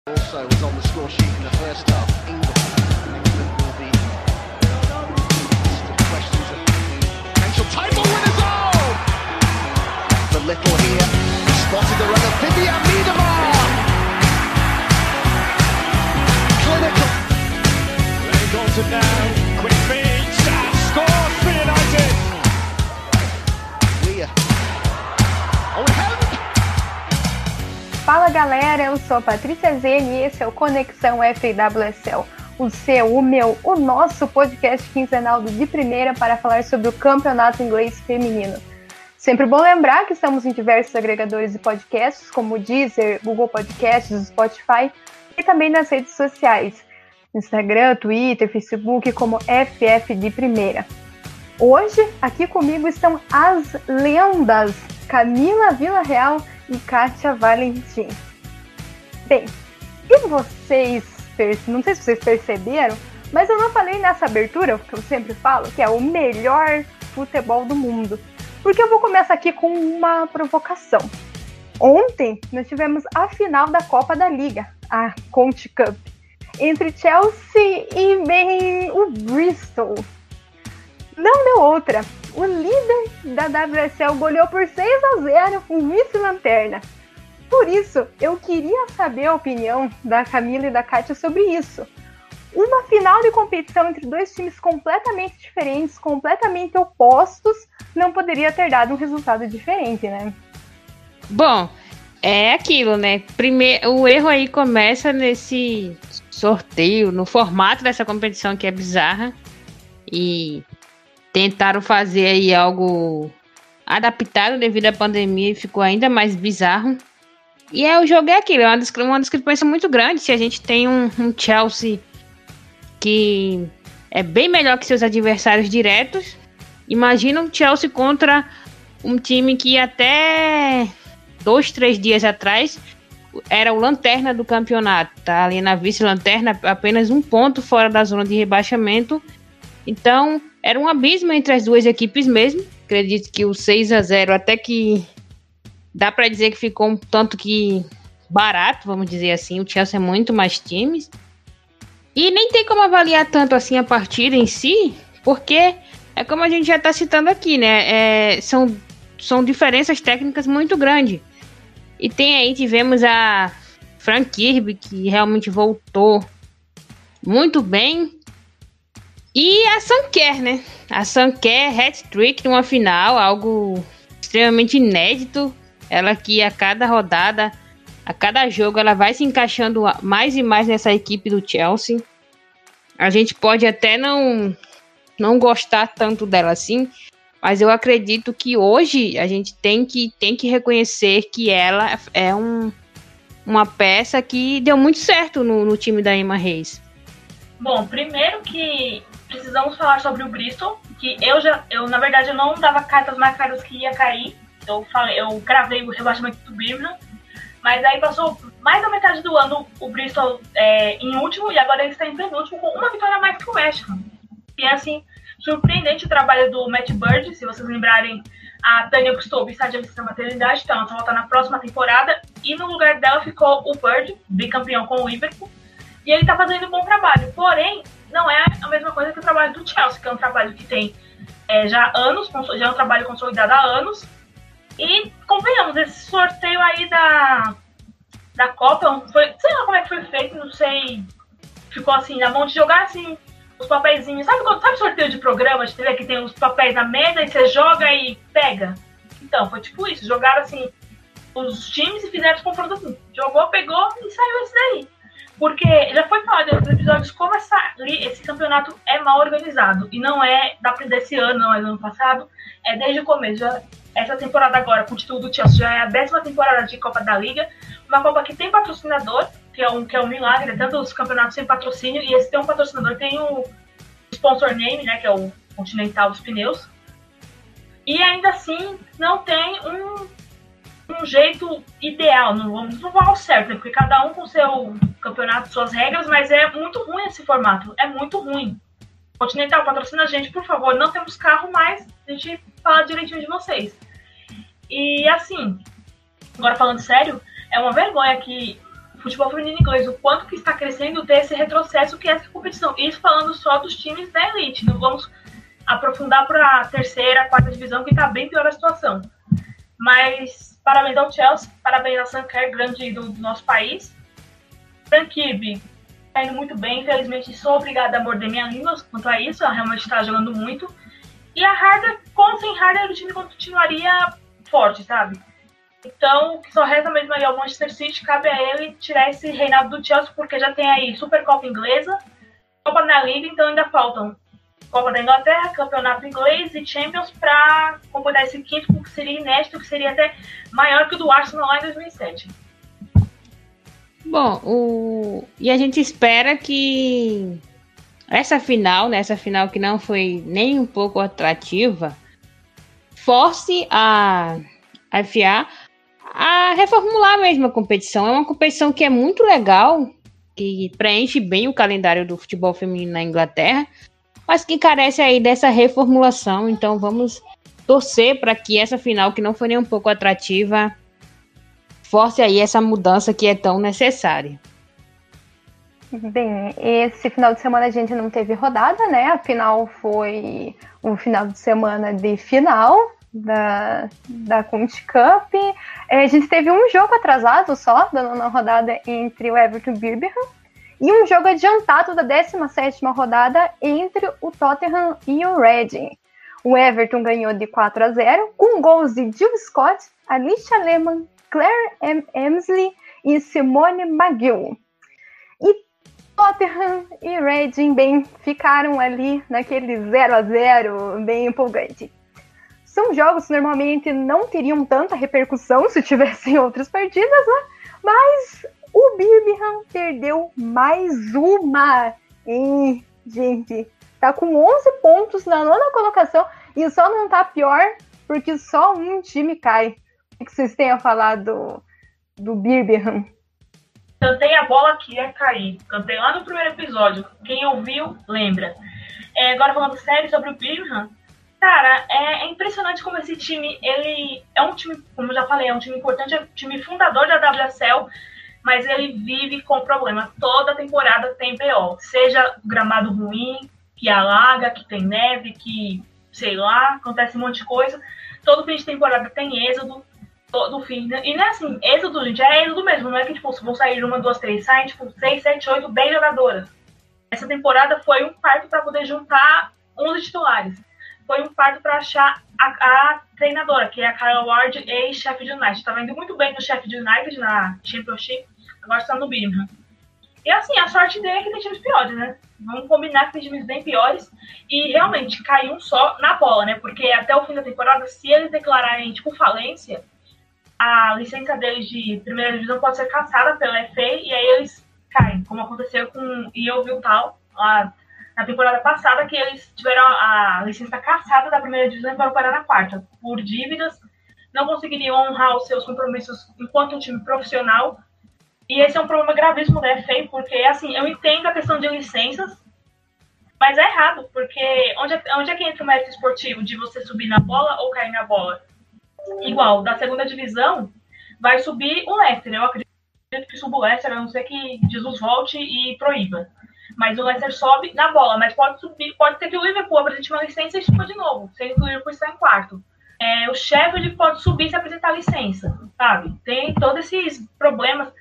Also was on the score sheet in the first half. England will be the questions of potential title winners. Oh! The little here spotted the runner Vivian Miedemar. Clinical. Ray Dalton now. Quick feed. Stats scores for United. Weir. Oh, help! Fala galera, eu sou a Patrícia Zene e esse é o Conexão FWSL, o seu, o meu, o nosso podcast quinzenal do De Primeira para falar sobre o campeonato inglês feminino. Sempre bom lembrar que estamos em diversos agregadores de podcasts, como o Deezer, Google Podcasts, Spotify e também nas redes sociais, Instagram, Twitter, Facebook, como FF de Primeira. Hoje, aqui comigo estão as lendas Camila Villarreal e Kátia Valentim. Bem, e vocês, não sei se vocês perceberam, mas eu não falei nessa abertura, que eu sempre falo, que é o melhor futebol do mundo. Porque eu vou começar aqui com uma provocação. Ontem nós tivemos a final da Copa da Liga, a Conti Cup, entre Chelsea e o Bristol. Não deu outra. O líder da WSL goleou por 6-0 o vice-lanterna. Por isso, eu queria saber a opinião da Camila e da Kátia sobre isso. Uma final de competição entre dois times completamente diferentes, completamente opostos, não poderia ter dado um resultado diferente, né? Bom, é aquilo, né? Primeiro, o erro aí começa nesse sorteio, no formato dessa competição que é bizarra. E tentaram fazer aí algo adaptado devido à pandemia e ficou ainda mais bizarro. E o jogo é aquilo, é uma discrepância muito grande. Se a gente tem um Chelsea que é bem melhor que seus adversários diretos, imagina um Chelsea contra um time que até 2-3 dias atrás era o lanterna do campeonato, tá ali na vice-lanterna, apenas um ponto fora da zona de rebaixamento. Então, era um abismo entre as duas equipes mesmo. Acredito que o 6-0 até que dá para dizer que ficou um tanto que barato, vamos dizer assim. O Chelsea é muito mais times. E nem tem como avaliar tanto assim a partida em si, porque é como a gente já está citando aqui, né? São diferenças técnicas muito grandes. E tivemos a Fran Kirby, que realmente voltou muito bem. E a Sanquer, né? A Sanquer, hat-trick numa final, algo extremamente inédito. Ela que a cada rodada, a cada jogo, ela vai se encaixando mais e mais nessa equipe do Chelsea. A gente pode até não gostar tanto dela assim, mas eu acredito que hoje a gente tem que reconhecer que ela é uma peça que deu muito certo no time da Emma Hayes. Bom, primeiro que precisamos falar sobre o Bristol, que eu na verdade eu não dava cartas marcadas que ia cair. Eu gravei o rebaixamento do Birmingham, mas aí passou mais da metade do ano o Bristol em último e agora ele está em penúltimo com uma vitória a mais que o West Ham. E é assim, surpreendente o trabalho do Matt Bird. Se vocês lembrarem, a Tânia Gustow está de licença maternidade, então ela vai voltar na próxima temporada e no lugar dela ficou o Bird, bicampeão com o Liverpool, e ele está fazendo um bom trabalho, porém não é a mesma coisa que o trabalho do Chelsea, que é um trabalho que tem já anos, já é um trabalho consolidado há anos. E convenhamos, esse sorteio aí da Copa, sei lá como é que foi feito, não sei, ficou assim, na mão de jogar assim, os papeizinhos, sabe sorteio de programa de TV que tem os papéis na mesa e você joga e pega? Então, foi tipo isso, jogaram assim, os times e fizeram os confrontos assim, jogou, pegou e saiu esse daí. Porque já foi falado em outros episódios como esse campeonato é mal organizado. E não é desse ano, não é do ano passado. É desde o começo. Essa temporada agora, com o título do Chelsea, já é a 10ª temporada de Copa da Liga. Uma Copa que tem patrocinador, que é um milagre. Tanto os campeonatos sem patrocínio. E esse tem um patrocinador, tem o sponsor name, né, que é o Continental dos pneus. E ainda assim, não tem um jeito ideal, não vamos falar ao certo, né? Porque cada um com seu campeonato, suas regras, mas é muito ruim esse formato, é muito ruim. Continental, patrocina a gente, por favor, não temos carro, mas a gente fala direitinho de vocês. E assim, agora falando sério, é uma vergonha que futebol feminino inglês, o quanto que está crescendo ter esse retrocesso que é essa competição. Isso falando só dos times da elite. Não vamos aprofundar para a terceira, quarta divisão, que está bem pior a situação. Mas parabéns ao Chelsea, parabéns ao Sanker, grande ídolo do nosso país. Frank Kirby está indo muito bem, infelizmente sou obrigada a morder minha língua quanto a isso, ela realmente está jogando muito. E a Harder, com ou sem Harder, o time continuaria forte, sabe? Então, o que só resta mesmo aí ao Manchester City, cabe a ele tirar esse reinado do Chelsea, porque já tem aí Supercopa Inglesa, Copa da Liga, então ainda faltam Copa da Inglaterra, Campeonato Inglês e Champions para completar esse quinto, que seria inédito, que seria até maior que o do Arsenal lá em 2007. Bom, e a gente espera que essa final, né, essa final que não foi nem um pouco atrativa, force a FA a reformular mesmo a competição. É uma competição que é muito legal, que preenche bem o calendário do futebol feminino na Inglaterra, mas que carece aí dessa reformulação. Então vamos torcer para que essa final, que não foi nem um pouco atrativa, force aí essa mudança que é tão necessária. Bem, esse final de semana a gente não teve rodada, né? A final foi um final de semana de final da Conti Cup. A gente teve um jogo atrasado só, da nona rodada, entre o Everton e o Birmingham, e um jogo adiantado da 17ª rodada entre o Tottenham e o Reading. O Everton ganhou de 4-0, com gols de Jill Scott, Alicia Lehmann, Claire Emsley e Simone McGill. E Tottenham e Reading bem ficaram ali naquele 0-0 bem empolgante. São jogos que normalmente não teriam tanta repercussão se tivessem outras partidas, né? Mas o Birmingham perdeu mais uma, hein, gente? Tá com 11 pontos na nona colocação e só não tá pior porque só um time cai. O que vocês têm a falar do Birmingham? Cantei a bola que ia cair. Cantei lá no primeiro episódio. Quem ouviu, lembra. Agora falando sério sobre o Birmingham, cara, é impressionante como esse time, ele é um time, como eu já falei, é um time importante, é um time fundador da WSL, mas ele vive com problema. Toda temporada tem BO. Seja gramado ruim, que alaga, que tem neve, que, sei lá, acontece um monte de coisa. Todo fim de temporada tem êxodo. Todo fim. E não é assim, êxodo, gente, é êxodo mesmo. Não é que, tipo, vão sair 1, 2, 3, saem, tipo, 6, 7, 8, 10 jogadoras. Essa temporada foi um parto para poder juntar 11 titulares. Foi um parto para achar a treinadora, que é a Carol Ward, ex-Sheffield United. Estava indo muito bem no Sheffield United, na Championship, agora está no Birmingham. E assim, a sorte dele é que tem times piores, né? Vamos combinar que tem times bem piores. E realmente, caiu um só na bola, né? Porque até o fim da temporada, se eles declararem, tipo, falência, a licença deles de primeira divisão pode ser cassada pela FA e aí eles caem, como aconteceu com o Yeovil Town lá na temporada passada, que eles tiveram a licença cassada da primeira divisão e foram parar na quarta, por dívidas, não conseguiriam honrar os seus compromissos enquanto um time profissional, e esse é um problema gravíssimo da FA, porque, assim, eu entendo a questão de licenças, mas é errado, porque onde é que entra o mérito esportivo de você subir na bola ou cair na bola? Igual, da segunda divisão, vai subir o Leicester. Eu acredito que suba o Leicester, a não ser que Jesus volte e proíba. Mas o Leicester sobe na bola, mas pode subir, pode ser que o Liverpool apresente uma licença e suba de novo, sendo que o Liverpool está em quarto. O Sheffield pode subir se apresentar licença, sabe? Tem todos esses problemas.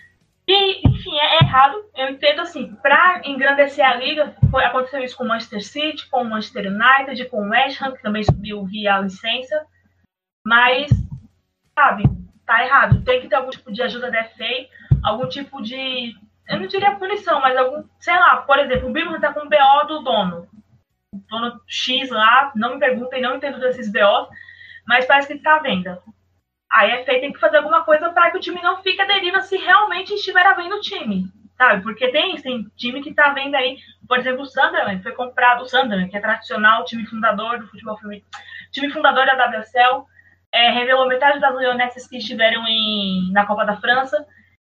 E, enfim, é errado. Eu entendo, assim, para engrandecer a liga, aconteceu isso com o Manchester City, com o Manchester United, com o West Ham, que também subiu via licença. Mas, sabe, tá errado. Tem que ter algum tipo de ajuda da FA, algum tipo de, eu não diria punição, mas algum, sei lá, por exemplo, o Birmingham tá com o BO do dono. O dono X lá, não me perguntem, não entendo desses BOs, mas parece que tá à venda. Aí a FA tem que fazer alguma coisa para que o time não fique à deriva se realmente estiver à venda o time, sabe? Porque tem time que tá à venda aí, por exemplo, o Sunderland, foi comprado, o Sunderland, que é tradicional, time fundador do futebol feminino, time fundador da WSL, revelou metade das leonesses que estiveram na Copa da França.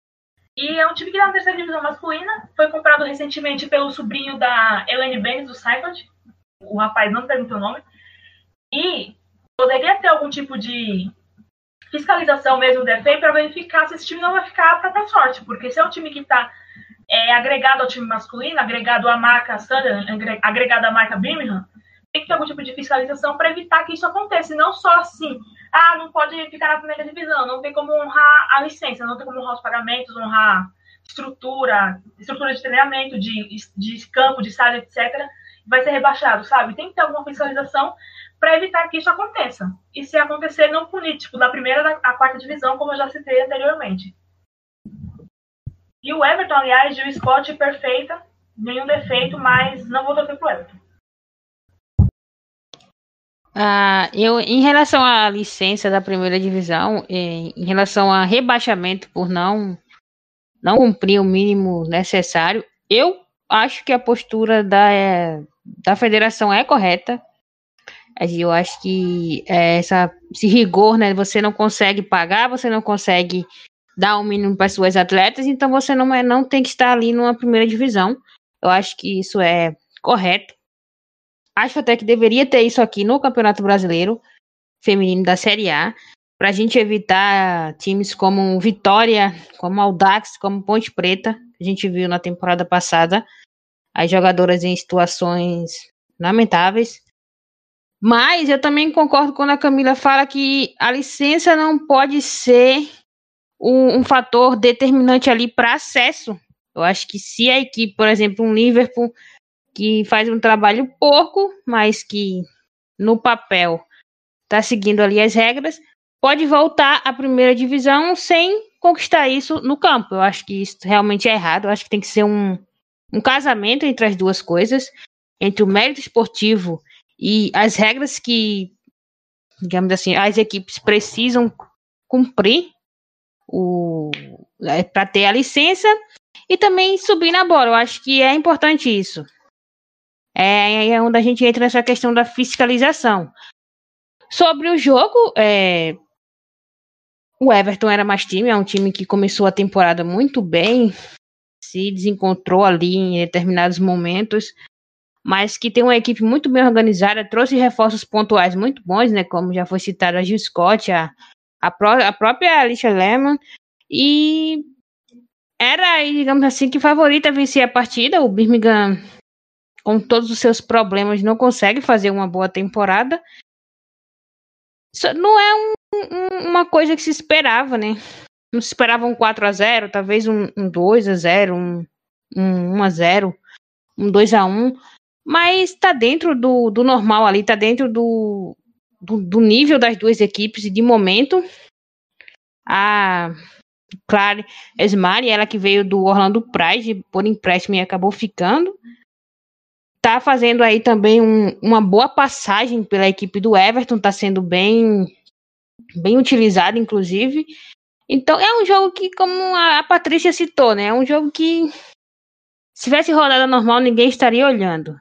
E é um time que está na terceira divisão masculina. Foi comprado recentemente pelo sobrinho da Elaine Bennis, do Seifert. O rapaz não perguntou o nome. E poderia ter algum tipo de fiscalização mesmo do FA para verificar se esse time não vai ficar para ter sorte, porque se é um time que está agregado ao time masculino, agregado à marca Sunderland, agregado à marca Birmingham, tem que ter algum tipo de fiscalização para evitar que isso aconteça, e não só assim, não pode ficar na primeira divisão, não tem como honrar a licença, não tem como honrar os pagamentos, honrar estrutura de treinamento, de campo, de estádio, etc., vai ser rebaixado, sabe? Tem que ter alguma fiscalização para evitar que isso aconteça. E se acontecer, não punir, tipo, da primeira à quarta divisão, como eu já citei anteriormente. E o Everton, aliás, Jill Scott, perfeita, nenhum defeito, mas não vou torcer pro Everton. Em relação à licença da primeira divisão, em relação a rebaixamento por não cumprir o mínimo necessário, eu acho que a postura da federação é correta. Eu acho que esse rigor, né? Você não consegue pagar, você não consegue dar o mínimo para suas atletas, então você não tem que estar ali numa primeira divisão. Eu acho que isso é correto. Acho até que deveria ter isso aqui no Campeonato Brasileiro Feminino da Série A, para a gente evitar times como Vitória, como Audax, como Ponte Preta, que a gente viu na temporada passada, as jogadoras em situações lamentáveis. Mas eu também concordo quando a Camila fala que a licença não pode ser um fator determinante ali para acesso. Eu acho que se a equipe, por exemplo, um Liverpool, que faz um trabalho porco, mas que no papel está seguindo ali as regras, pode voltar à primeira divisão sem conquistar isso no campo. Eu acho que isso realmente é errado. Eu acho que tem que ser um casamento entre as duas coisas, entre o mérito esportivo e as regras que, digamos assim, as equipes precisam cumprir para ter a licença e também subir na bola. Eu acho que é importante isso. É onde a gente entra nessa questão da fiscalização. Sobre o jogo, o Everton era mais time, é um time que começou a temporada muito bem, se desencontrou ali em determinados momentos, mas que tem uma equipe muito bem organizada, trouxe reforços pontuais muito bons, né, como já foi citado a Jill Scott, a própria Alicia Lehmann, e era, digamos assim, que favorita a vencer a partida. O Birmingham, com todos os seus problemas, não consegue fazer uma boa temporada. Isso não é uma coisa que se esperava, né? Não se esperava um 4-0, talvez um 2-0, um 1-0, um 2-1, mas tá dentro do normal ali, tá dentro do nível das duas equipes, e de momento a Claire Esmari, ela que veio do Orlando Pride por empréstimo e acabou ficando, tá fazendo aí também uma boa passagem pela equipe do Everton, tá sendo bem utilizado, inclusive. Então é um jogo que, como a Patrícia citou, né, é um jogo que, se tivesse rodada normal, ninguém estaria olhando.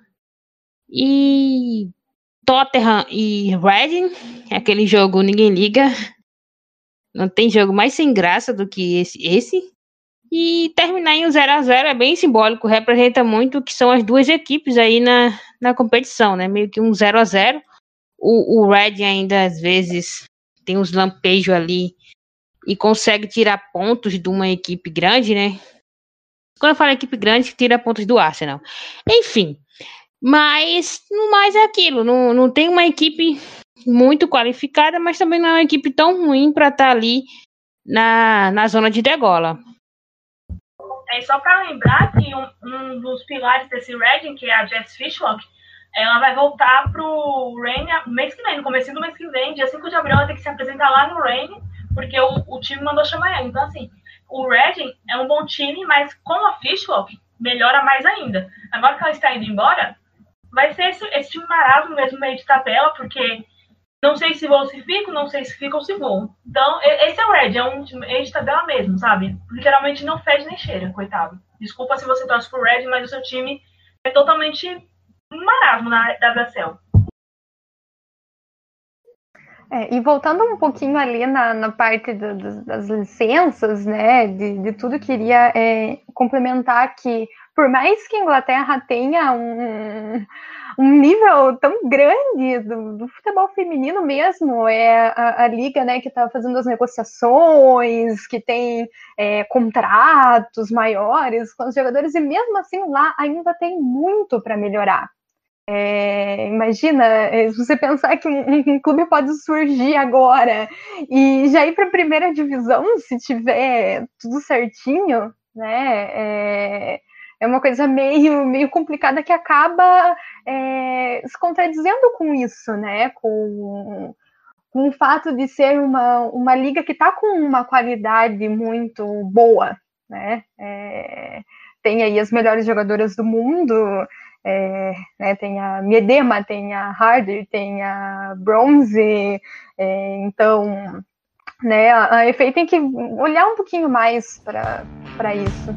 E Tottenham e Reading, aquele jogo ninguém liga, não tem jogo mais sem graça do que esse. E terminar em um 0-0 é bem simbólico, representa muito o que são as duas equipes aí na competição, né? Meio que um 0-0. O Reading ainda às vezes tem uns lampejos ali e consegue tirar pontos de uma equipe grande, né? Quando eu falo equipe grande, tira pontos do Arsenal. Enfim, mas no mais é aquilo, não tem uma equipe muito qualificada, mas também não é uma equipe tão ruim para estar ali na zona de degola. Só para lembrar que um dos pilares desse Reading, que é a Jess Fishlock, ela vai voltar pro Reign no mês que vem, no comecinho do mês que vem, dia 5 de abril, ela tem que se apresentar lá no Reign, porque o time mandou chamar ela. Então, assim, o Reading é um bom time, mas com a Fishlock melhora mais ainda. Agora que ela está indo embora, vai ser esse time marado no mesmo meio de tabela, porque não sei se vou ou se fico, não sei se fico ou se vou. Então, esse é o Reading, é um meio de tabela mesmo, sabe? Literalmente não fede nem cheira, coitado. Desculpa se você torce pro Reading, mas o seu time é totalmente um marasmo na WSL. E voltando um pouquinho ali na parte das licenças, né, de tudo, queria complementar que, por mais que a Inglaterra tenha um nível tão grande do futebol feminino mesmo. É a liga, né, que está fazendo as negociações, que tem contratos maiores com os jogadores, e mesmo assim lá ainda tem muito para melhorar. Imagina, se você pensar que um clube pode surgir agora e já ir para a primeira divisão, se tiver tudo certinho, né? É uma coisa meio complicada que acaba se contradizendo com isso, né? Com o fato de ser uma liga que está com uma qualidade muito boa, né? Tem aí as melhores jogadoras do mundo. Né, tem a Miedema, tem a Harder, tem a Bronze, então, né, a FA tem que olhar um pouquinho mais para isso.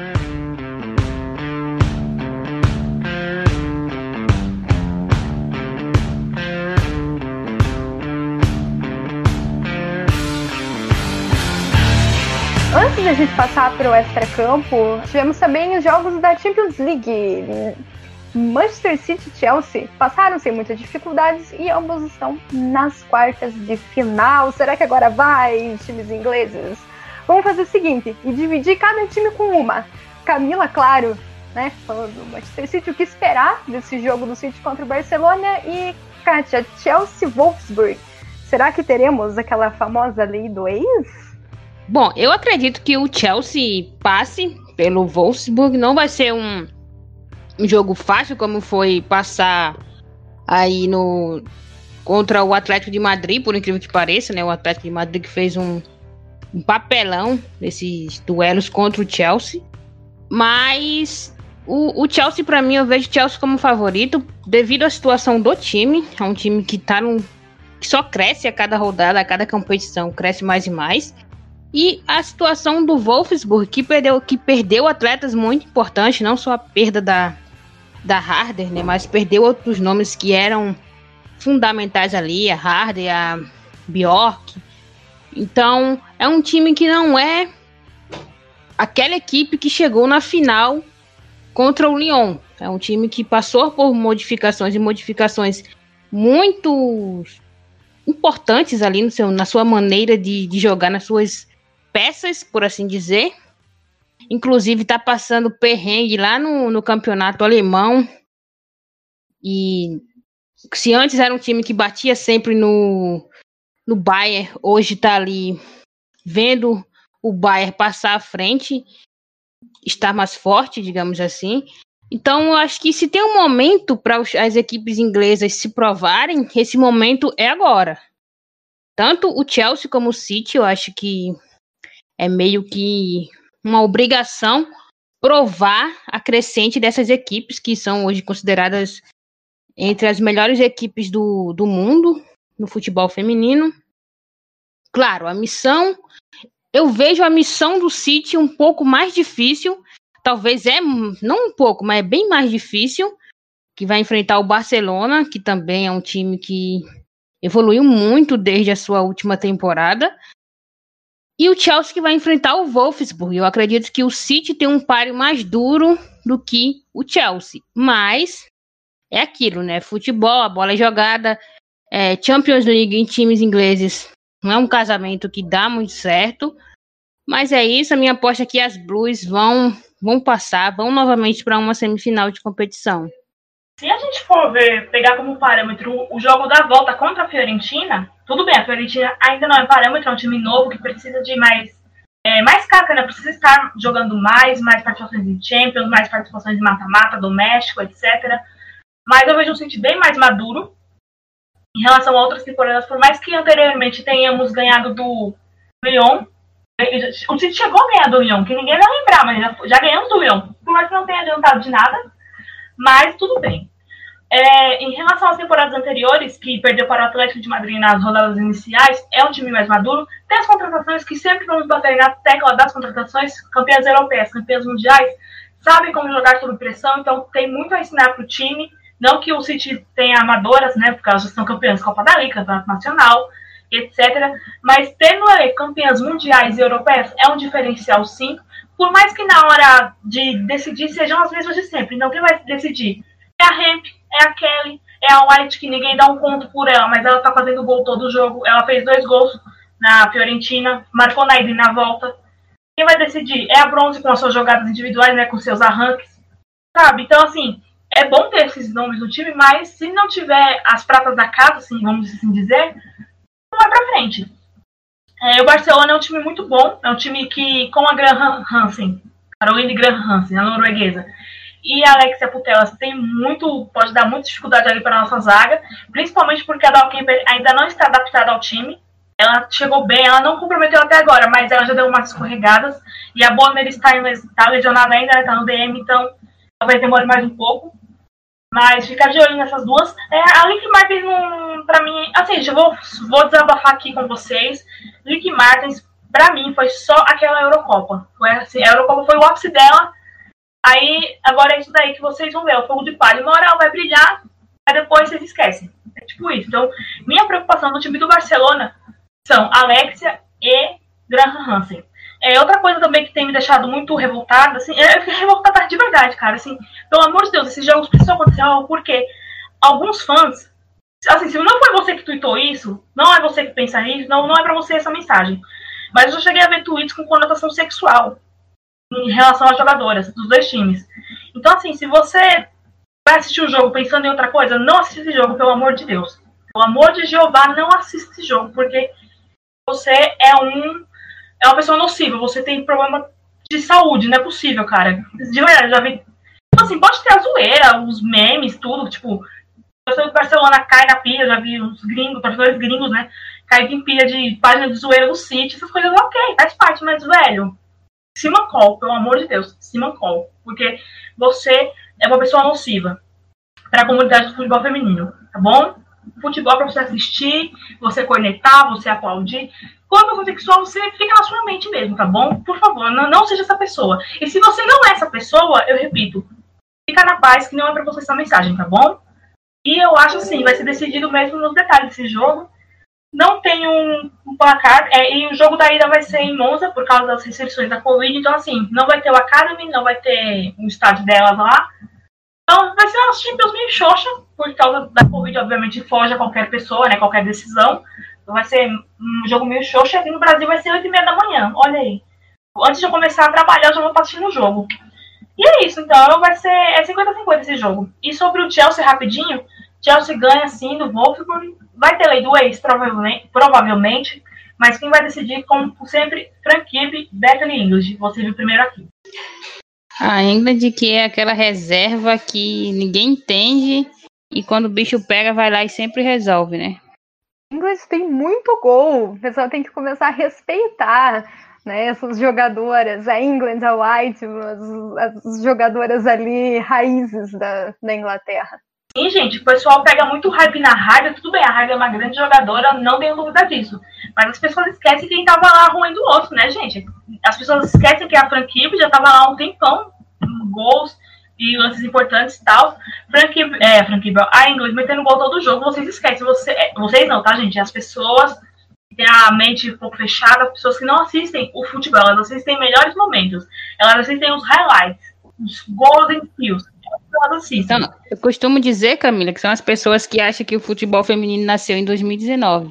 Antes da gente passar para o extracampo, tivemos também os jogos da Champions League. Manchester City e Chelsea passaram sem muitas dificuldades e ambos estão nas quartas de final. Será que agora vai, times ingleses? Vamos fazer o seguinte, e dividir cada time com uma. Camila, claro, né, falando do Manchester City, o que esperar desse jogo do City contra o Barcelona, e Kátia, Chelsea-Wolfsburg. Será que teremos aquela famosa lei do ex? Bom, eu acredito que o Chelsea passe pelo Wolfsburg. Não vai ser um jogo fácil, como foi passar aí contra o Atlético de Madrid, por incrível que pareça, né? O Atlético de Madrid que fez um papelão nesses duelos contra o Chelsea. Mas o Chelsea, para mim, eu vejo o Chelsea como favorito devido à situação do time. É um time que que só cresce a cada rodada, a cada competição, cresce mais e mais. E a situação do Wolfsburg, que perdeu atletas muito importantes, não só a perda da Harder, né, mas perdeu outros nomes que eram fundamentais ali, a Harder, a Bjork. Então, é um time que não é aquela equipe que chegou na final contra o Lyon. É um time que passou por modificações muito importantes ali na sua maneira de jogar, nas suas peças, por assim dizer. Inclusive está passando perrengue lá no campeonato alemão. E se antes era um time que batia sempre no Bayern, hoje está ali vendo o Bayern passar à frente, estar mais forte, digamos assim. Então eu acho que se tem um momento para as equipes inglesas se provarem, esse momento é agora. Tanto o Chelsea como o City, eu acho que é meio que uma obrigação provar a crescente dessas equipes que são hoje consideradas entre as melhores equipes do mundo no futebol feminino. Claro, eu vejo a missão do City um pouco mais difícil, talvez não um pouco, mas é bem mais difícil, que vai enfrentar o Barcelona, que também é um time que evoluiu muito desde a sua última temporada. E o Chelsea que vai enfrentar o Wolfsburg. Eu acredito que o City tem um páreo mais duro do que o Chelsea. Mas é aquilo, né? Futebol, a bola é jogada. Champions League em times ingleses não é um casamento que dá muito certo. Mas é isso. A minha aposta é que as Blues vão passar, vão novamente para uma semifinal de competição. Se a gente for pegar como parâmetro o jogo da volta contra a Fiorentina, tudo bem, a Fiorentina ainda não é parâmetro, é um time novo que precisa de mais casca, né? Precisa estar jogando mais participações em Champions, mais participações em mata-mata, doméstico, etc. Mas eu vejo um City bem mais maduro em relação a outras temporadas, por mais que anteriormente tenhamos ganhado do Lyon. O City chegou a ganhar do Lyon, que ninguém vai lembrar, mas já ganhamos do Lyon. Por mais que não tenha adiantado de nada, mas tudo bem. Em relação às temporadas anteriores, que perdeu para o Atlético de Madrid nas rodadas iniciais, é um time mais maduro. Tem as contratações que sempre vamos bater na tecla das contratações, campeãs europeias, campeãs mundiais, sabem como jogar sob pressão, então tem muito a ensinar para o time. Não que o City tenha amadoras, né, porque elas já são campeãs da Copa da Liga, Campeonato Nacional, etc. Mas tendo campeãs mundiais e europeias é um diferencial, sim. Por mais que na hora de decidir sejam as mesmas de sempre. Então, quem vai decidir é a Hemp, é a Kelly, é a White, que ninguém dá um ponto por ela, mas ela tá fazendo gol todo o jogo. Ela fez 2 gols na Fiorentina, marcou na ida e na volta. Quem vai decidir é a Bronze com as suas jogadas individuais, né, com seus arranques, sabe? Então, assim, é bom ter esses nomes no time, mas se não tiver as pratas da casa, assim, vamos assim dizer, não vai pra frente. O Barcelona é um time muito bom, é um time que, com a Graham Hansen, Caroline Graham Hansen, a norueguesa, e a Alexia Putellas pode dar muita dificuldade ali para a nossa zaga, principalmente porque a Dalkemper ainda não está adaptada ao time. Ela chegou bem, ela não comprometeu até agora, mas ela já deu umas escorregadas. E a Bonner está lesionada ainda, está no DM, então talvez demore mais um pouco. Mas ficar de olho nessas duas. A Lick Martins, pra mim, assim, eu vou desabafar aqui com vocês. Lick Martins, pra mim, foi só aquela Eurocopa. A Eurocopa foi o ápice dela. Aí, agora é isso daí que vocês vão ver, o fogo de palha. Uma hora ela vai brilhar, aí depois vocês esquecem. É tipo isso. Então, minha preocupação no time do Barcelona são Alexia e Graham Hansen. Outra coisa também que tem me deixado muito revoltada, assim, eu fiquei revoltada de verdade, cara, assim, pelo amor de Deus, esses jogos precisam acontecer, porque alguns fãs, assim, se não foi você que tweetou isso, não é você que pensa nisso, não é pra você essa mensagem, mas eu já cheguei a ver tweets com conotação sexual em relação às jogadoras dos 2 times. Então, assim, se você vai assistir o jogo pensando em outra coisa, não assista esse jogo, pelo amor de Deus. Pelo amor de Jeová, não assista esse jogo, porque você é uma pessoa nociva, você tem problema de saúde, não é possível, cara. De verdade, já vi. Tipo assim, pode ter a zoeira, os memes, tudo, tipo, o Barcelona cai na pilha, já vi os gringos, torcedores gringos, né? Cai em pilha de página de zoeira do City, essas coisas, ok, faz parte, mas, velho, se mancou, pelo amor de Deus, se mancou. Porque você é uma pessoa nociva para a comunidade do futebol feminino, tá bom? Futebol para você assistir, você cornetar, você aplaudir. Quando você é sexual, você fica na sua mente mesmo, tá bom? Por favor, não seja essa pessoa. E se você não é essa pessoa, eu repito, fica na paz que não é para você essa mensagem, tá bom? E eu acho assim, vai ser decidido mesmo nos detalhes desse jogo. Não tem um placar, e o jogo da ida vai ser em Monza por causa das restrições da Covid, então assim, não vai ter o Academy, não vai ter o estádio delas lá. Então vai ser uma Champions meio xoxa, por causa da Covid, obviamente foge a qualquer pessoa, né, qualquer decisão. Então vai ser um jogo meio xoxa, e no Brasil vai ser 8h30 da manhã, olha aí. Antes de eu começar a trabalhar, eu já vou estar assistindo o jogo. E é isso, então vai ser 50-50 esse jogo. E sobre o Chelsea, rapidinho, Chelsea ganha sim do Wolfsburg. Vai ter lei do ex, provavelmente, mas quem vai decidir, como sempre, Frank Kibe, Bethany English. Você viu primeiro aqui. A England, que é aquela reserva que ninguém entende e quando o bicho pega, vai lá e sempre resolve, né? English tem muito gol. O pessoal tem que começar a respeitar, né, essas jogadoras, a England, a White, as jogadoras ali, raízes da Inglaterra. Sim, gente, o pessoal pega muito hype na Harder, tudo bem, a Harder é uma grande jogadora, não tenho dúvida disso. Mas as pessoas esquecem quem tava lá roendo o osso, né, gente? As pessoas esquecem que a Frank Kibe já tava lá há um tempão, gols e lances importantes e tal. A Inglaterra metendo gol todo jogo, vocês esquecem. Vocês não, tá, gente? As pessoas que têm a mente um pouco fechada, as pessoas que não assistem o futebol, elas assistem melhores momentos. Elas assistem os highlights, os golden kills. Então, eu costumo dizer, Camila, que são as pessoas que acham que o futebol feminino nasceu em 2019.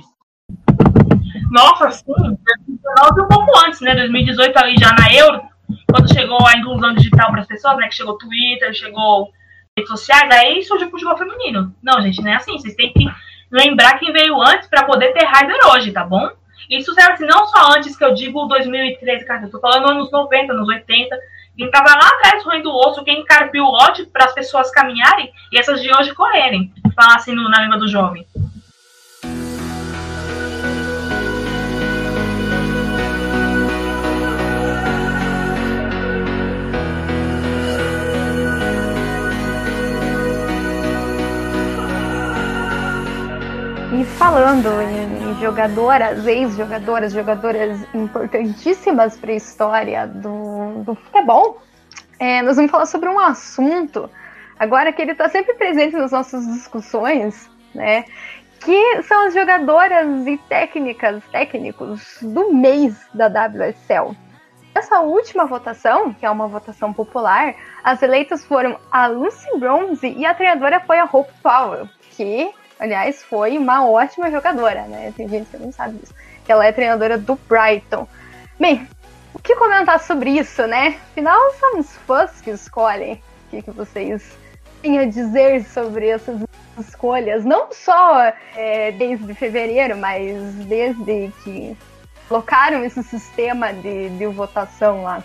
Nossa, sim, 2019 um pouco antes, né? 2018 ali já na Euro, quando chegou a inclusão digital para as pessoas, né? Que chegou Twitter, chegou redes sociais, aí surgiu o futebol feminino. Não, gente, não é assim. Vocês têm que lembrar quem veio antes para poder ter Raider hoje, tá bom? Isso serve assim, não só antes que eu digo 2013, cara, eu tô falando anos 90, anos 80. Quem tava lá atrás roendo o osso, quem carpiu o ódio para as pessoas caminharem e essas de hoje correrem. Falar assim na língua do jovem. E falando em jogadoras, ex-jogadoras, jogadoras importantíssimas para a história do futebol, nós vamos falar sobre um assunto, agora que ele está sempre presente nas nossas discussões, né? Que são as jogadoras e técnicos do mês da WSL. nessa última votação, que é uma votação popular, as eleitas foram a Lucy Bronze e a treinadora foi a Hope Powell, que, aliás, foi uma ótima jogadora, né? Tem gente que não sabe disso. Que ela é treinadora do Brighton. Bem, o que comentar sobre isso, né? Afinal, são os fãs que escolhem. O que vocês têm a dizer sobre essas escolhas? Não só desde fevereiro, mas desde que colocaram esse sistema de votação lá.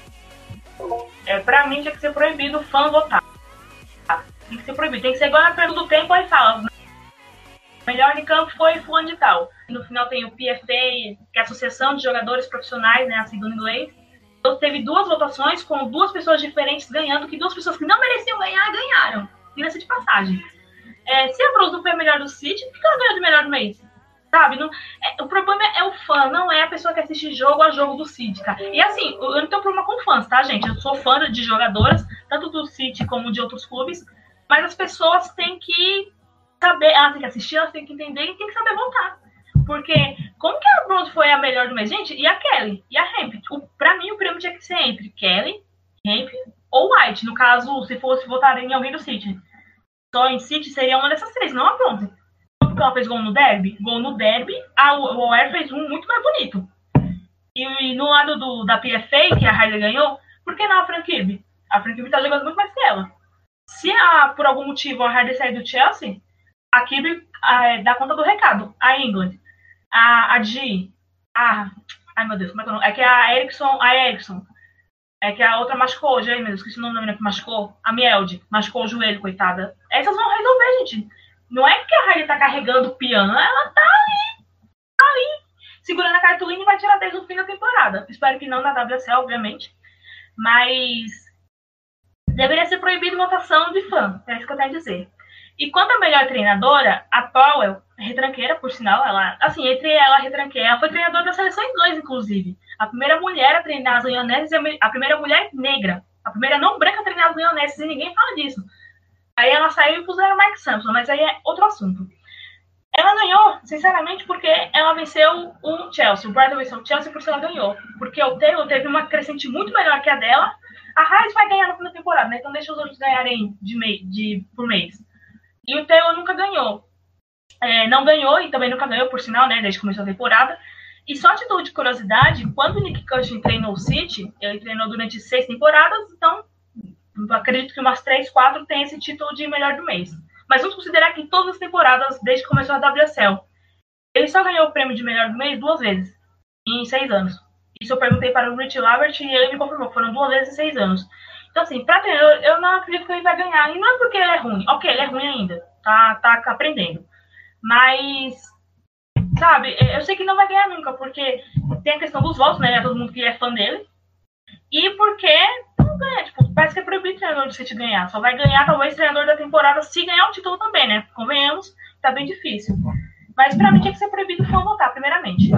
Pra mim, tinha que ser proibido o fã votar. Tem que ser proibido. Tem que ser igual na pergunta do tempo, aí fala... melhor em campo foi fulano de tal. No final tem o PFA, que é a Associação de Jogadores Profissionais, né, a sigla em inglês. Então teve 2 votações com 2 pessoas diferentes ganhando, que 2 pessoas que não mereciam ganhar, ganharam. Diga-se de passagem. Se a Bronze não foi a melhor do City, por que ela ganhou de melhor do mês? Sabe? Não, o problema é o fã, não é a pessoa que assiste jogo a jogo do City, cara. E assim, eu não tenho problema com fãs, tá, gente? Eu sou fã de jogadoras, tanto do City como de outros clubes, mas as pessoas têm que saber, elas têm que assistir, elas têm que entender e têm que saber votar. Porque, como que a Bronze foi a melhor do mês? Gente, e a Kelly? E a Hemp? Pra mim, o prêmio tinha que ser entre Kelly, Hemp ou White. No caso, se fosse votar em alguém do City. Só em City seria uma dessas 3, não a Bronze. Porque ela fez gol no derby? Gol no derby, a Wear fez um muito mais bonito. E no lado da PFA, que a Riley ganhou, por que não a Fran Kirby? A Fran Kirby tá jogando muito mais que ela. Se por algum motivo a Riley sair do Chelsea, a Kirby dá conta do recado. A England, a G, ai meu Deus, como é que é o nome? É que a Erickson, é que a outra machucou, já, meu Deus, esqueci o nome da menina que machucou. A Mielde, machucou o joelho, coitada. Essas vão resolver, gente. Não é que a Riley tá carregando o piano, ela tá ali, segurando a cartolina e vai tirar desde o fim da temporada. Espero que não na WSL, obviamente. Mas deveria ser proibido votação de fã, é isso que eu tenho a dizer. E quanto à melhor treinadora, a Powell, retranqueira, por sinal, ela, assim, entre ela e a retranqueira, ela foi treinadora da seleção inglesa, inclusive. A primeira mulher a treinar as Lionesses, a primeira mulher negra, a primeira não branca a treinar as Lionesses, e ninguém fala disso. Aí ela saiu e puseram o Mike Sampson, mas aí é outro assunto. Ela ganhou, sinceramente, porque ela venceu o Chelsea. O Brighton venceu o Chelsea porque ela ganhou. Porque o Taylor teve uma crescente muito melhor que a dela. A Rice vai ganhar no fim da temporada, né? Então deixa os outros ganharem por mês. E o Taylor nunca ganhou. Não ganhou e também nunca ganhou, por sinal, né? Desde que começou a temporada. E só a título de curiosidade, quando o Nick Cushing treinou o City, ele treinou durante 6 temporadas, então acredito que umas 3, 4 tem esse título de melhor do mês. Mas vamos considerar que em todas as temporadas, desde que começou a WSL, ele só ganhou o prêmio de melhor do mês 2 vezes, em 6 anos. Isso eu perguntei para o Rich Labert e ele me confirmou que foram 2 vezes em 6 anos. Então, assim, pra treinador, eu não acredito que ele vai ganhar. E não é porque ele é ruim. Ok, ele é ruim ainda. Tá aprendendo. Mas, sabe, eu sei que não vai ganhar nunca, porque tem a questão dos votos, né? Todo mundo que é fã dele. E porque não ganha, tipo, parece que é proibido o treinador do City ganhar. Só vai ganhar, talvez, o treinador da temporada se ganhar o título também, né? Convenhamos, tá bem difícil. Mas pra mim tinha que ser proibido o fã votar, primeiramente.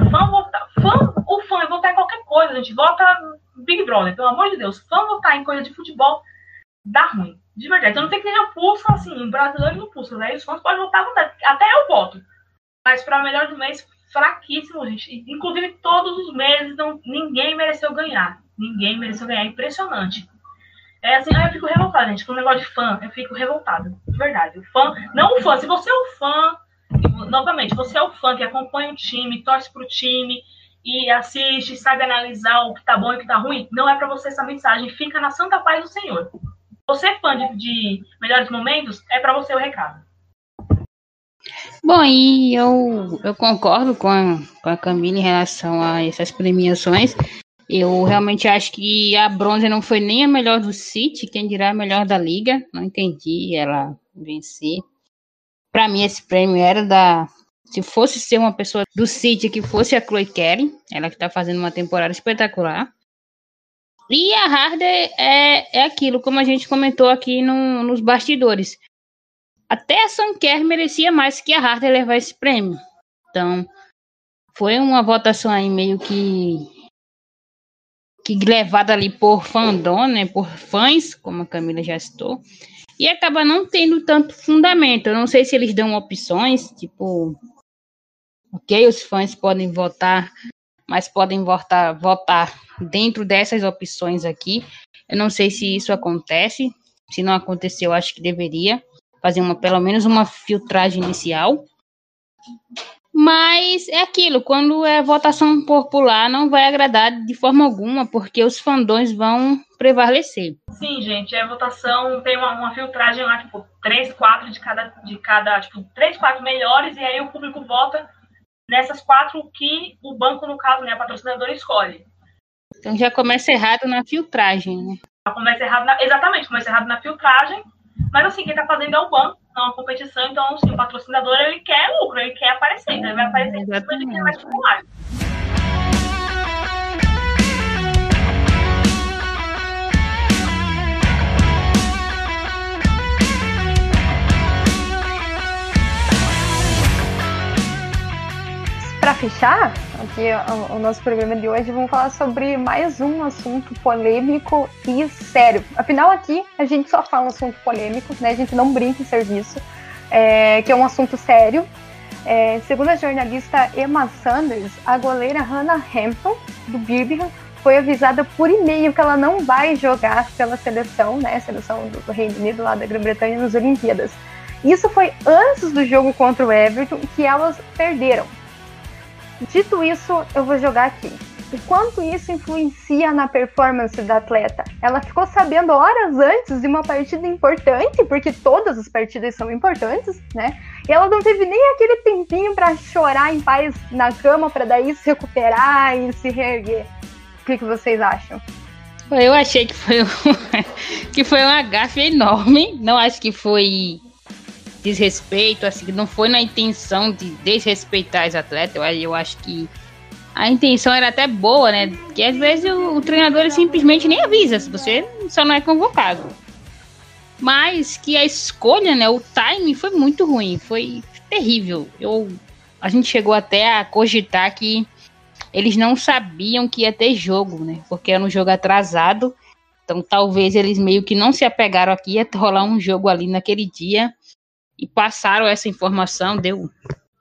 O fã é votar em qualquer coisa, gente. Vota Big Brother, pelo amor de Deus. Fã votar em coisa de futebol dá ruim. De verdade. Então não tem que ter pulso, assim, um brasileiro no pulso, né? Os fãs podem votar à vontade. Até eu voto. Mas pra melhor do mês, fraquíssimo, gente. Inclusive, todos os meses, ninguém mereceu ganhar. Ninguém mereceu ganhar. Impressionante. Assim, eu fico revoltada, gente. Com o negócio de fã, eu fico revoltada. De verdade. Não o fã. Se você é um fã, novamente, você é o fã que acompanha o time, torce pro time e assiste, sabe analisar o que tá bom e o que tá ruim, não é pra você essa mensagem. Fica na santa paz do Senhor. Você é fã de melhores momentos, é pra você o recado. Bom, e eu concordo com a Camila em relação a essas premiações. Eu realmente acho que a bronze não foi nem a melhor do City, quem dirá a melhor da Liga. Não entendi ela vencer. Para mim, esse prêmio era se fosse ser uma pessoa do City, que fosse a Chloe Kelly, ela que está fazendo uma temporada espetacular. E a Harder é aquilo, como a gente comentou aqui nos bastidores. Até a Sam Kerr merecia mais que a Harder levar esse prêmio. Então, foi uma votação aí meio que levada ali por fandom, né, por fãs, como a Camila já citou, e acaba não tendo tanto fundamento. Eu não sei se eles dão opções, tipo, ok, os fãs podem votar mas podem votar dentro dessas opções aqui. Eu não sei se isso acontece. Se não acontecer, eu acho que deveria fazer pelo menos uma filtragem inicial. Mas é aquilo, quando é votação popular, não vai agradar de forma alguma, porque os fandões vão prevalecer. Sim, gente, a votação tem uma filtragem lá, tipo, 3, 4 de cada, tipo, 3, 4 melhores, e aí o público vota nessas 4 que o banco, no caso, né, a patrocinadora escolhe. Então já começa errado na filtragem, né? Começa errado na filtragem, mas assim, quem tá fazendo é o banco, não a competição, então assim, o patrocinador, ele quer lucro, ele quer aparecer, então ele vai aparecer em cima de quem é mais popular. Para fechar aqui o nosso programa de hoje, vamos falar sobre mais um assunto polêmico e sério. Afinal, aqui a gente só fala assunto polêmico, né? A gente não brinca em serviço, que é um assunto sério. Segundo a jornalista Emma Sanders, a goleira Hannah Hampton, do Birmingham, foi avisada por e-mail que ela não vai jogar pela seleção, né? Seleção do Reino Unido, lá da Grã-Bretanha, nas Olimpíadas. Isso foi antes do jogo contra o Everton, que elas perderam. Dito isso, eu vou jogar aqui. O quanto isso influencia na performance da atleta? Ela ficou sabendo horas antes de uma partida importante, porque todas as partidas são importantes, né? E ela não teve nem aquele tempinho para chorar em paz na cama, para daí se recuperar e se reerguer. O que vocês acham? Eu achei que foi uma gafe enorme. Não acho que foi desrespeito, assim, não foi na intenção de desrespeitar os atletas. Eu acho que a intenção era até boa, né? Que às vezes o treinador ele simplesmente nem avisa se você só não é convocado. Mas que a escolha, né? O timing foi muito ruim, foi terrível. A gente chegou até a cogitar que eles não sabiam que ia ter jogo, né? Porque era um jogo atrasado. Então talvez eles meio que não se apegaram aqui, ia rolar um jogo ali naquele dia. E passaram essa informação, deu.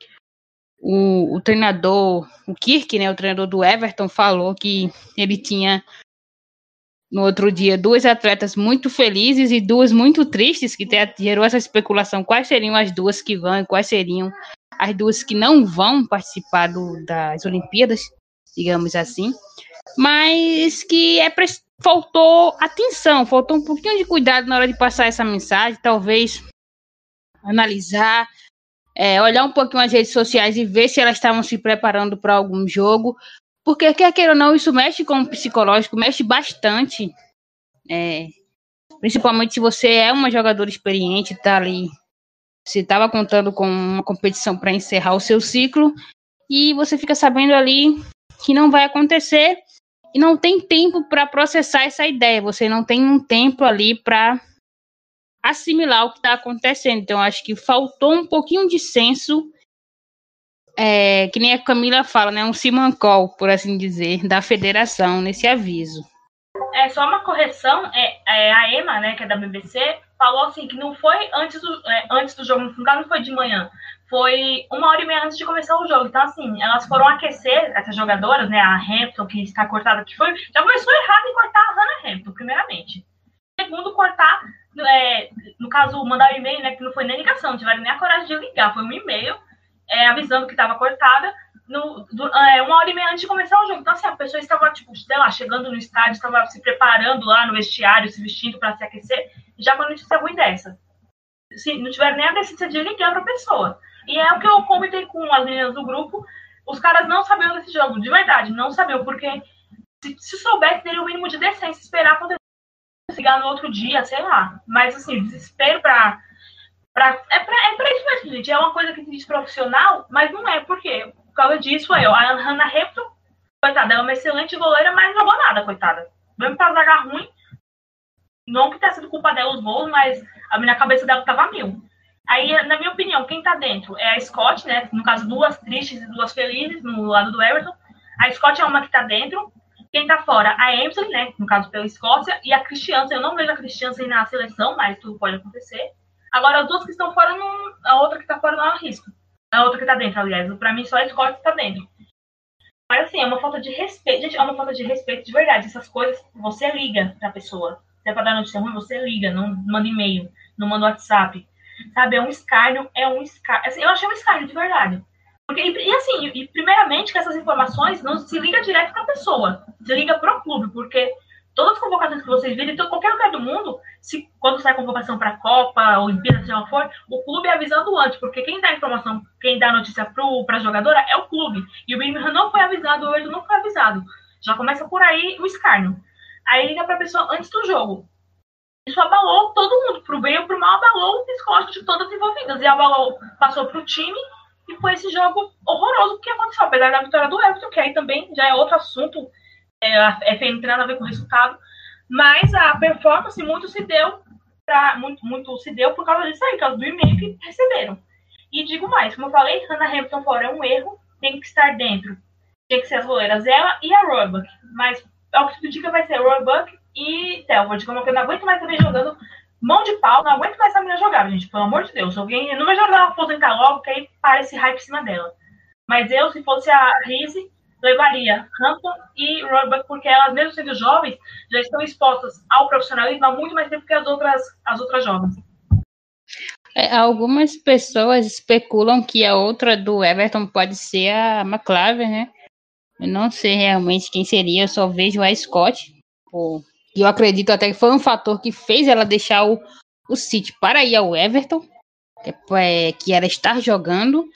O treinador, o Kirk, né, o treinador do Everton, falou que ele tinha, no outro dia, 2 atletas muito felizes e 2 muito tristes, que gerou essa especulação, quais seriam as 2 que vão e quais seriam as 2 que não vão participar das Olimpíadas, digamos assim, mas que faltou atenção, faltou um pouquinho de cuidado na hora de passar essa mensagem, talvez analisar, olhar um pouquinho as redes sociais e ver se elas estavam se preparando para algum jogo, porque quer queira ou não, isso mexe com o psicológico, mexe bastante, principalmente se você é uma jogadora experiente, tá ali, você estava contando com uma competição para encerrar o seu ciclo, e você fica sabendo ali que não vai acontecer, e não tem tempo para processar essa ideia, você não tem um tempo ali para assimilar o que está acontecendo. Então, acho que faltou um pouquinho de senso, que nem a Camila fala, né? Um simancol, por assim dizer, da federação nesse aviso. Só uma correção, a Emma, né, que é da BBC, falou assim que não foi antes do jogo, no caso não foi de manhã, foi 1h30 antes de começar o jogo. Então, assim, elas foram aquecer, essas jogadoras, né, a Hampton, que está cortada, já começou errado em cortar a Hannah Hampton, primeiramente. Segundo, cortar, no caso, mandar um e-mail, né, que não foi nem ligação, não tiveram nem a coragem de ligar, foi um e-mail avisando que estava cortada, 1h30 antes de começar o jogo. Então, assim, a pessoa estava, tipo, sei lá, chegando no estádio, estava se preparando lá no vestiário, se vestindo para se aquecer, e já uma notícia ruim dessa. Assim, não tiveram nem a decência de ligar para a pessoa. E é o que eu comentei com as meninas do grupo, os caras não sabiam desse jogo, de verdade, não sabiam, porque se soubesse, teria o mínimo de decência, esperar acontecer, ligar no outro dia, sei lá. Mas, assim, desespero pra isso mesmo, gente. É uma coisa que se diz profissional, mas não é. Por quê? Por causa disso, a Hannah Hampton, coitada, ela é uma excelente goleira, mas não jogou nada, coitada. Mesmo pra zagar ruim, não que tenha sido culpa dela os gols, mas a minha cabeça dela tava 1000. Aí, na minha opinião, quem tá dentro é a Scott, né? No caso, 2 tristes e 2 felizes no lado do Everton. A Scott é uma que tá dentro. Quem tá fora, a Emsley, né? No caso, pela Escócia. E a Christiansen. Eu não vejo a Christiansen na seleção, mas tudo pode acontecer. Agora, as 2 que estão fora, a outra que tá fora não há risco. A outra que tá dentro, aliás. Pra mim, só a Scott tá dentro. Mas assim, é uma falta de respeito. Gente, é uma falta de respeito de verdade. Essas coisas, você liga pra pessoa. Se é pra dar notícia ruim, você liga, não manda e-mail, não manda WhatsApp. Sabe, é um escárnio. Assim, eu achei um escárnio de verdade. Porque, primeiramente, que essas informações não se liga direto pra pessoa. Se liga pro clube, porque todas as convocações que vocês viram, em qualquer lugar do mundo, quando sai convocação para a Copa, Olimpíada, seja lá for, o clube é avisando antes, porque quem dá a informação, quem dá a notícia para a jogadora é o clube. E o Birmingham não foi avisado, o Everton não foi avisado. Já começa por aí o escárnio. Aí liga para a pessoa antes do jogo. Isso abalou todo mundo, pro bem ou pro mal, abalou o psicológico de todas as envolvidas. E abalou, passou pro time, e foi esse jogo horroroso que aconteceu, apesar da vitória do Everton, que aí também já é outro assunto. A FA não tem nada a ver com o resultado, mas a performance muito se deu por causa disso aí, por causa do e-mail que receberam. E digo mais, como eu falei, Hannah Hamilton fora é um erro, tem que estar dentro, tem que ser as goleiras, ela e a Roebuck, mas ao que tudo indica vai ser Roebuck e Telford, como eu não aguento mais também jogando mão de pau, não aguento mais essa menina jogar, gente, pelo amor de Deus, alguém não vai jogar ela aposentar logo, que aí para esse hype em cima dela. Mas eu, se fosse a Rizzi, levaria Hampton e Roebuck, porque elas, mesmo sendo jovens, já estão expostas ao profissionalismo há muito mais tempo que as outras jovens. Algumas pessoas especulam que a outra do Everton pode ser a McClaver, né? Eu não sei realmente quem seria, eu só vejo a Scott. E eu acredito até que foi um fator que fez ela deixar o City para ir ao Everton, que era estar jogando.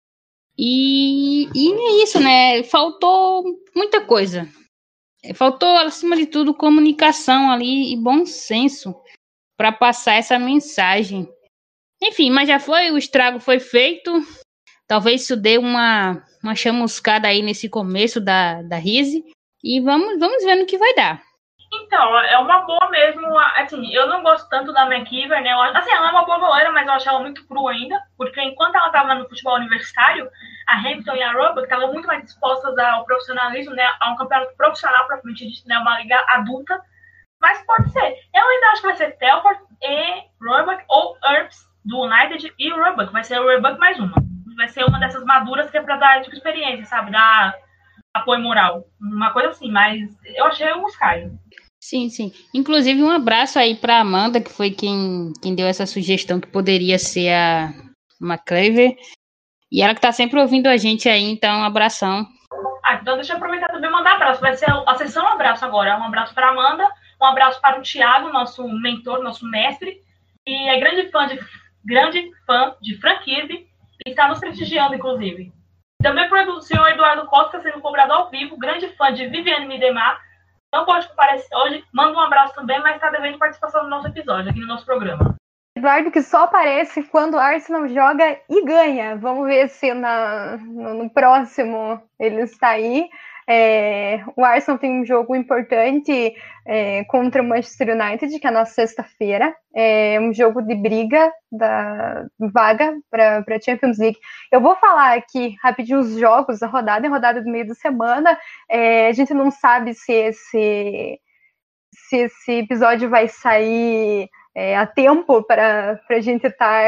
E é isso, né? Faltou muita coisa. Faltou, acima de tudo, comunicação ali e bom senso para passar essa mensagem. Enfim, mas já foi, o estrago foi feito. Talvez isso dê uma chamuscada aí nesse começo da Rizzi. E vamos ver no que vai dar. Então, é uma boa mesmo, assim, eu não gosto tanto da McKeever, né, assim, ela é uma boa goleira, mas eu acho ela muito crua ainda, porque enquanto ela estava no futebol universitário, a Hamilton e a Roebuck estavam muito mais dispostas ao profissionalismo, né, a um campeonato profissional, propriamente dito, né, uma liga adulta, mas pode ser. Eu ainda acho que vai ser Telford e Roebuck, ou Earps do United e Roebuck, vai ser o Roebuck mais uma. Vai ser uma dessas maduras que é pra dar, tipo, experiência, sabe, dar apoio moral, uma coisa assim, mas eu achei um escárnio. Sim, sim. Inclusive, um abraço aí para Amanda, que foi quem deu essa sugestão que poderia ser a McClaver. E ela que tá sempre ouvindo a gente aí, então um abração. Então deixa eu aproveitar também e mandar um abraço. Vai ser a sessão um abraço agora. Um abraço para Amanda, um abraço para o Thiago, nosso mentor, nosso mestre, e é grande fã de Frank Kirby, e está nos prestigiando, inclusive. Também para o senhor Eduardo Costa, sendo cobrado ao vivo, grande fã de Viviane Midemar. Não pode comparecer hoje, manda um abraço também, mas está devendo participação no nosso episódio, aqui no nosso programa. Eduardo que só aparece quando o Arsenal joga e ganha. Vamos ver se no próximo ele está aí. O Arsenal tem um jogo importante contra o Manchester United, que é na sexta-feira. É um jogo de briga da vaga para a Champions League. Eu vou falar aqui rapidinho os jogos da rodada do meio da semana. A gente não sabe se esse episódio vai sair a tempo para a gente estar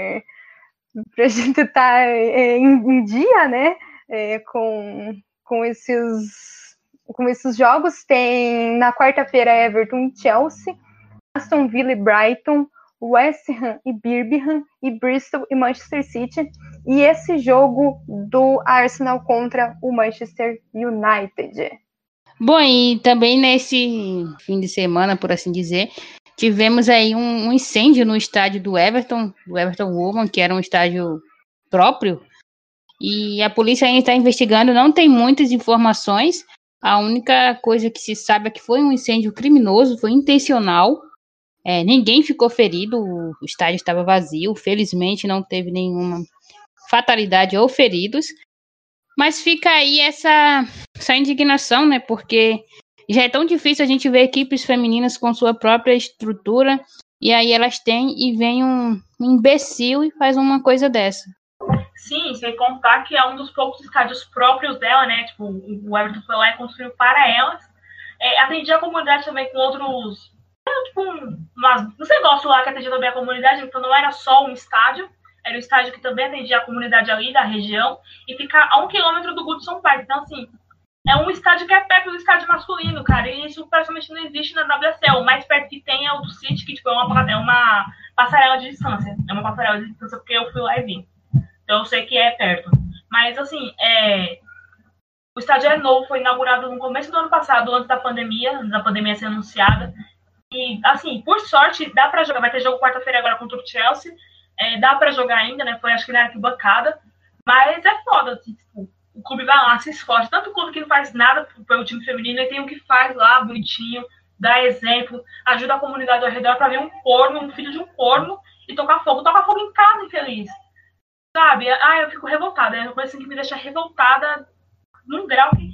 em dia, né? Com esses jogos. Tem na quarta-feira Everton e Chelsea, Aston Villa e Brighton, West Ham e Birmingham, e Bristol e Manchester City, e esse jogo do Arsenal contra o Manchester United. Bom, e também nesse fim de semana, por assim dizer, tivemos aí um incêndio no estádio do Everton Women, que era um estádio próprio, e a polícia ainda está investigando, não tem muitas informações. A única coisa que se sabe é que foi um incêndio criminoso, foi intencional. Ninguém ficou ferido, o estádio estava vazio, felizmente não teve nenhuma fatalidade ou feridos. Mas fica aí essa indignação, né? Porque já é tão difícil a gente ver equipes femininas com sua própria estrutura, e aí elas têm e vem um imbecil e faz uma coisa dessa. Sim, sem contar que é um dos poucos estádios próprios dela, né? Tipo, o Everton foi lá e construiu para elas. Atendia a comunidade também com outros... Tipo, uns negócios lá que atendia também a comunidade, então não era só um estádio, era um estádio que também atendia a comunidade ali da região, e fica a 1 quilômetro do Goodson Park. Então, assim, é um estádio que é perto do estádio masculino, cara, e isso praticamente não existe na WSL. O mais perto que tem é o do City, que tipo, é uma passarela de distância. É uma passarela de distância porque eu fui lá e vi. Então eu sei que é perto. Mas assim, o estádio é novo, foi inaugurado no começo do ano passado, antes da pandemia ser anunciada. E assim, por sorte, dá pra jogar. Vai ter jogo quarta-feira agora contra o Chelsea. Dá pra jogar ainda, né? Foi acho que na arquibancada. Mas é foda, assim, tipo, o clube vai lá, se esforça. Tanto o clube que não faz nada pelo time feminino, e tem o que faz lá, bonitinho, dá exemplo, ajuda a comunidade ao redor pra ver um corno, um filho de um corno, e tocar fogo. Toca fogo em casa, infeliz. Sabe? Eu fico revoltada. É uma coisa assim que me deixa revoltada num grau que...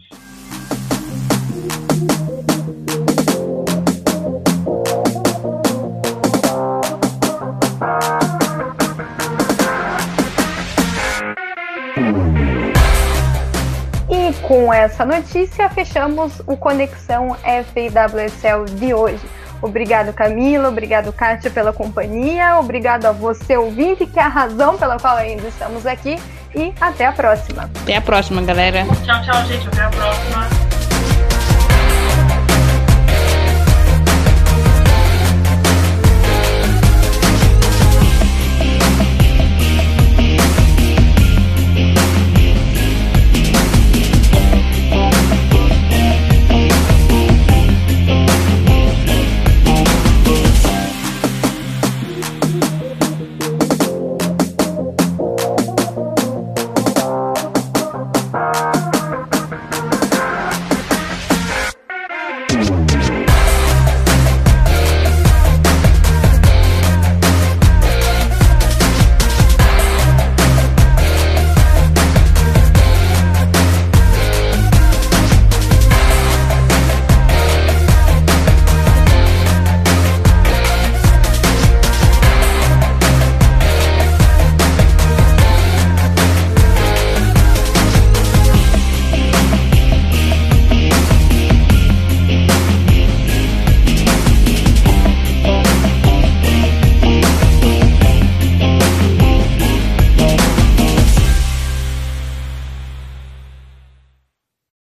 E com essa notícia, fechamos o Conexão FWSL de hoje. Obrigado, Camila. Obrigado, Kátia, pela companhia. Obrigado a você, ouvinte, que é a razão pela qual ainda estamos aqui. E até a próxima. Até a próxima, galera. Tchau, gente. Até a próxima.